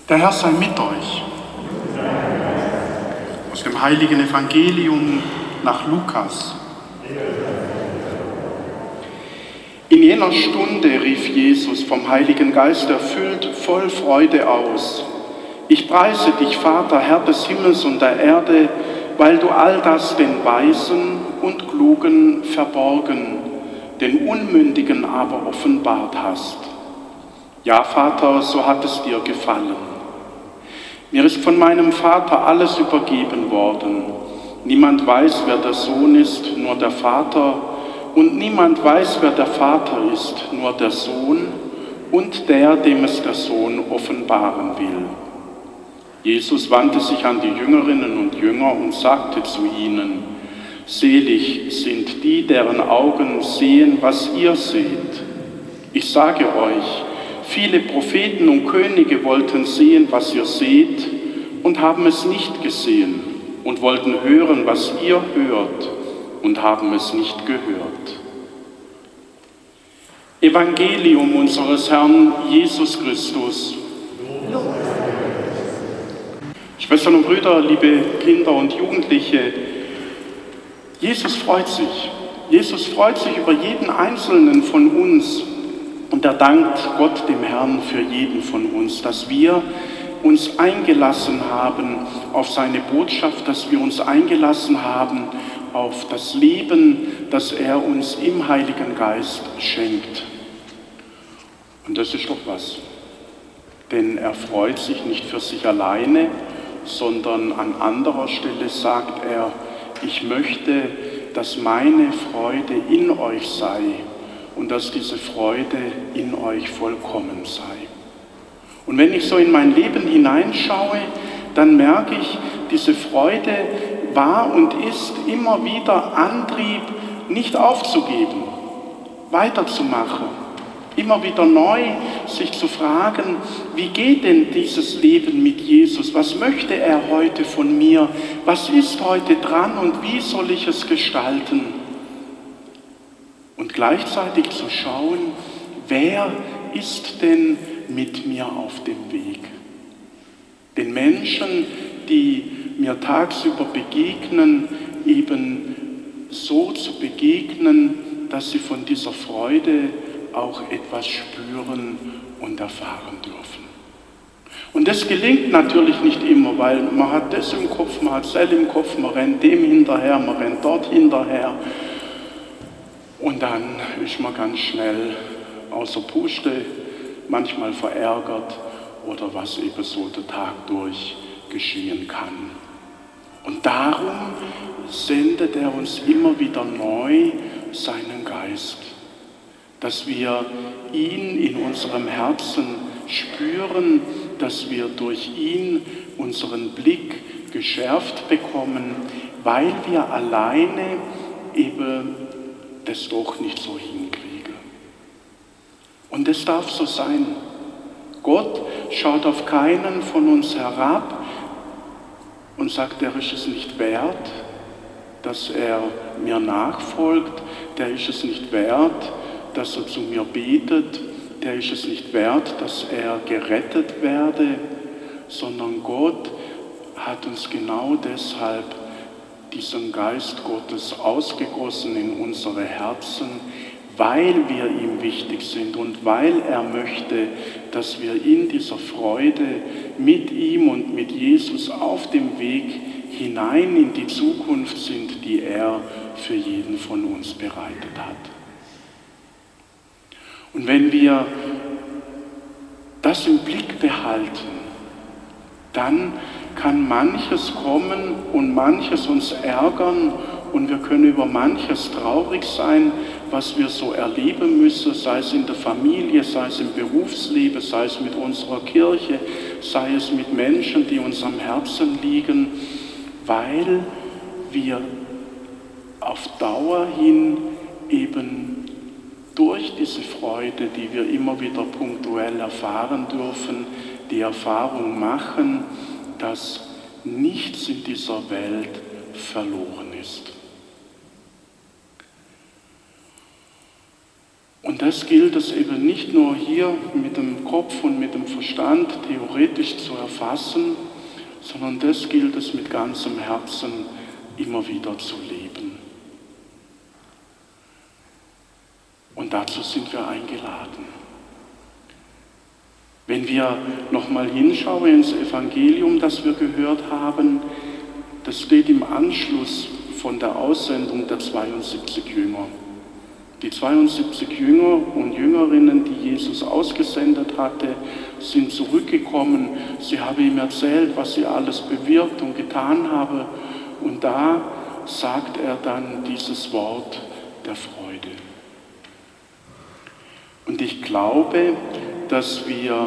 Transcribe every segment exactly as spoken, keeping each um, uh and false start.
Der Herr sei mit euch. Aus dem heiligen Evangelium nach Lukas. In jener Stunde rief Jesus, vom Heiligen Geist erfüllt, voll Freude aus: Ich preise dich, Vater, Herr des Himmels und der Erde, weil du all das den Weisen und Klugen verborgen, den Unmündigen aber offenbart hast. Ja, Vater, so hat es dir gefallen. Mir ist von meinem Vater alles übergeben worden. Niemand weiß, wer der Sohn ist, nur der Vater. Und niemand weiß, wer der Vater ist, nur der Sohn und der, dem es der Sohn offenbaren will. Jesus wandte sich an die Jüngerinnen und Jünger und sagte zu ihnen: Selig sind die, deren Augen sehen, was ihr seht. Ich sage euch, viele Propheten und Könige wollten sehen, was ihr seht, und haben es nicht gesehen, und wollten hören, was ihr hört, und haben es nicht gehört. Evangelium unseres Herrn Jesus Christus. Schwestern und Brüder, liebe Kinder und Jugendliche, Jesus freut sich. Jesus freut sich über jeden Einzelnen von uns. Und er dankt Gott, dem Herrn, für jeden von uns, dass wir uns eingelassen haben auf seine Botschaft, dass wir uns eingelassen haben auf das Leben, das er uns im Heiligen Geist schenkt. Und das ist doch was. Denn er freut sich nicht für sich alleine, sondern an anderer Stelle sagt er: Ich möchte, dass meine Freude in euch sei und dass diese Freude in euch vollkommen sei. Und wenn ich so in mein Leben hineinschaue, dann merke ich, diese Freude war und ist immer wieder Antrieb, nicht aufzugeben, weiterzumachen, immer wieder neu sich zu fragen, wie geht denn dieses Leben mit Jesus? Was möchte er heute von mir? Was ist heute dran und wie soll ich es gestalten? Und gleichzeitig zu schauen, wer ist denn mit mir auf dem Weg? Den Menschen, die mir tagsüber begegnen, eben so zu begegnen, dass sie von dieser Freude auch etwas spüren und erfahren dürfen. Und das gelingt natürlich nicht immer, weil man hat das im Kopf, man hat das im Kopf, man rennt dem hinterher, man rennt dort hinterher. Und dann ist man ganz schnell außer Puste, manchmal verärgert oder was eben so der Tag durch geschehen kann. Und darum sendet er uns immer wieder neu seinen Geist, dass wir ihn in unserem Herzen spüren, dass wir durch ihn unseren Blick geschärft bekommen, weil wir alleine eben das doch nicht so hinkriege. Und es darf so sein. Gott schaut auf keinen von uns herab und sagt, er ist es nicht wert, dass er mir nachfolgt, der ist es nicht wert, dass er zu mir betet, der ist es nicht wert, dass er gerettet werde, sondern Gott hat uns genau deshalb diesen Geist Gottes ausgegossen in unsere Herzen, weil wir ihm wichtig sind und weil er möchte, dass wir in dieser Freude mit ihm und mit Jesus auf dem Weg hinein in die Zukunft sind, die er für jeden von uns bereitet hat. Und wenn wir das im Blick behalten, dann kann manches kommen und manches uns ärgern und wir können über manches traurig sein, was wir so erleben müssen, sei es in der Familie, sei es im Berufsleben, sei es mit unserer Kirche, sei es mit Menschen, die uns am Herzen liegen, weil wir auf Dauer hin eben durch diese Freude, die wir immer wieder punktuell erfahren dürfen, die Erfahrung machen, dass nichts in dieser Welt verloren ist. Und das gilt es eben nicht nur hier mit dem Kopf und mit dem Verstand theoretisch zu erfassen, sondern das gilt es mit ganzem Herzen immer wieder zu leben. Und dazu sind wir eingeladen. Wenn wir nochmal hinschauen ins Evangelium, das wir gehört haben, das steht im Anschluss von der Aussendung der zweiundsiebzig Jünger. Die zweiundsiebzig Jünger und Jüngerinnen, die Jesus ausgesendet hatte, sind zurückgekommen. Sie haben ihm erzählt, was sie alles bewirkt und getan habe. Und da sagt er dann dieses Wort der Freude. Und ich glaube, dass wir,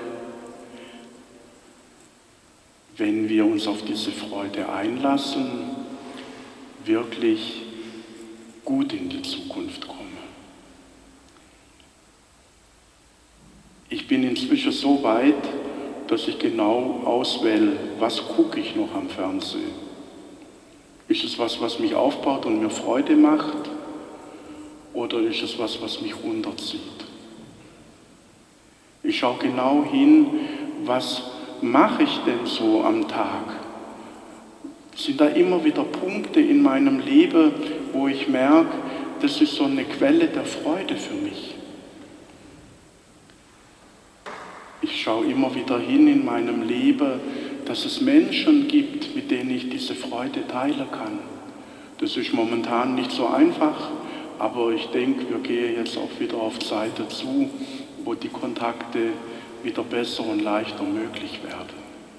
wenn wir uns auf diese Freude einlassen, wirklich gut in die Zukunft kommen. Ich bin inzwischen so weit, dass ich genau auswähle, was gucke ich noch am Fernsehen. Ist es was, was mich aufbaut und mir Freude macht? Oder ist es was, was mich runterzieht? Ich schaue genau hin, was mache ich denn so am Tag? Sind da immer wieder Punkte in meinem Leben, wo ich merke, das ist so eine Quelle der Freude für mich. Ich schaue immer wieder hin in meinem Leben, dass es Menschen gibt, mit denen ich diese Freude teilen kann. Das ist momentan nicht so einfach, aber ich denke, wir gehen jetzt auch wieder auf Zeiten zu, wo die Kontakte wieder besser und leichter möglich werden.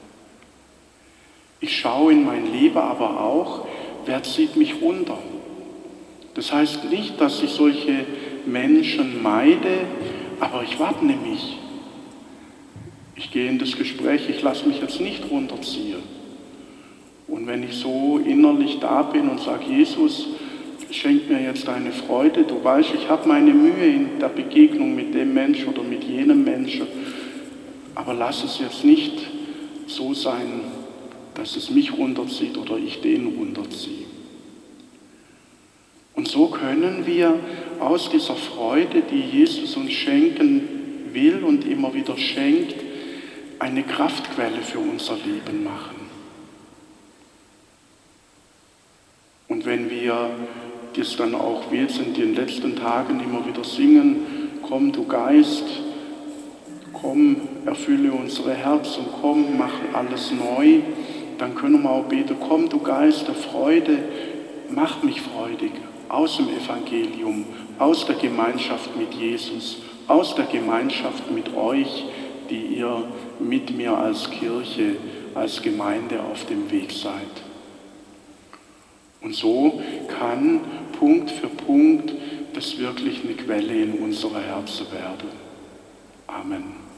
Ich schaue in mein Leben aber auch, wer zieht mich runter. Das heißt nicht, dass ich solche Menschen meide, aber ich wappne mich. Ich gehe in das Gespräch, ich lasse mich jetzt nicht runterziehen. Und wenn ich so innerlich da bin und sage, Jesus, schenk mir jetzt deine Freude, du weißt, ich habe meine Mühe in der Begegnung mit dem Menschen oder mit jenem Menschen, aber lass es jetzt nicht so sein, dass es mich runterzieht oder ich den runterziehe. Und so können wir aus dieser Freude, die Jesus uns schenken will und immer wieder schenkt, eine Kraftquelle für unser Leben machen. Und wenn wir das dann auch, wie jetzt in den letzten Tagen immer wieder singen, komm du Geist, komm, erfülle unsere Herzen, komm, mach alles neu, dann können wir auch beten, komm du Geist der Freude, mach mich freudig aus dem Evangelium, aus der Gemeinschaft mit Jesus, aus der Gemeinschaft mit euch, die ihr mit mir als Kirche, als Gemeinde auf dem Weg seid. Und so kann Punkt für Punkt das wirklich eine Quelle in unsere Herzen werden. Amen.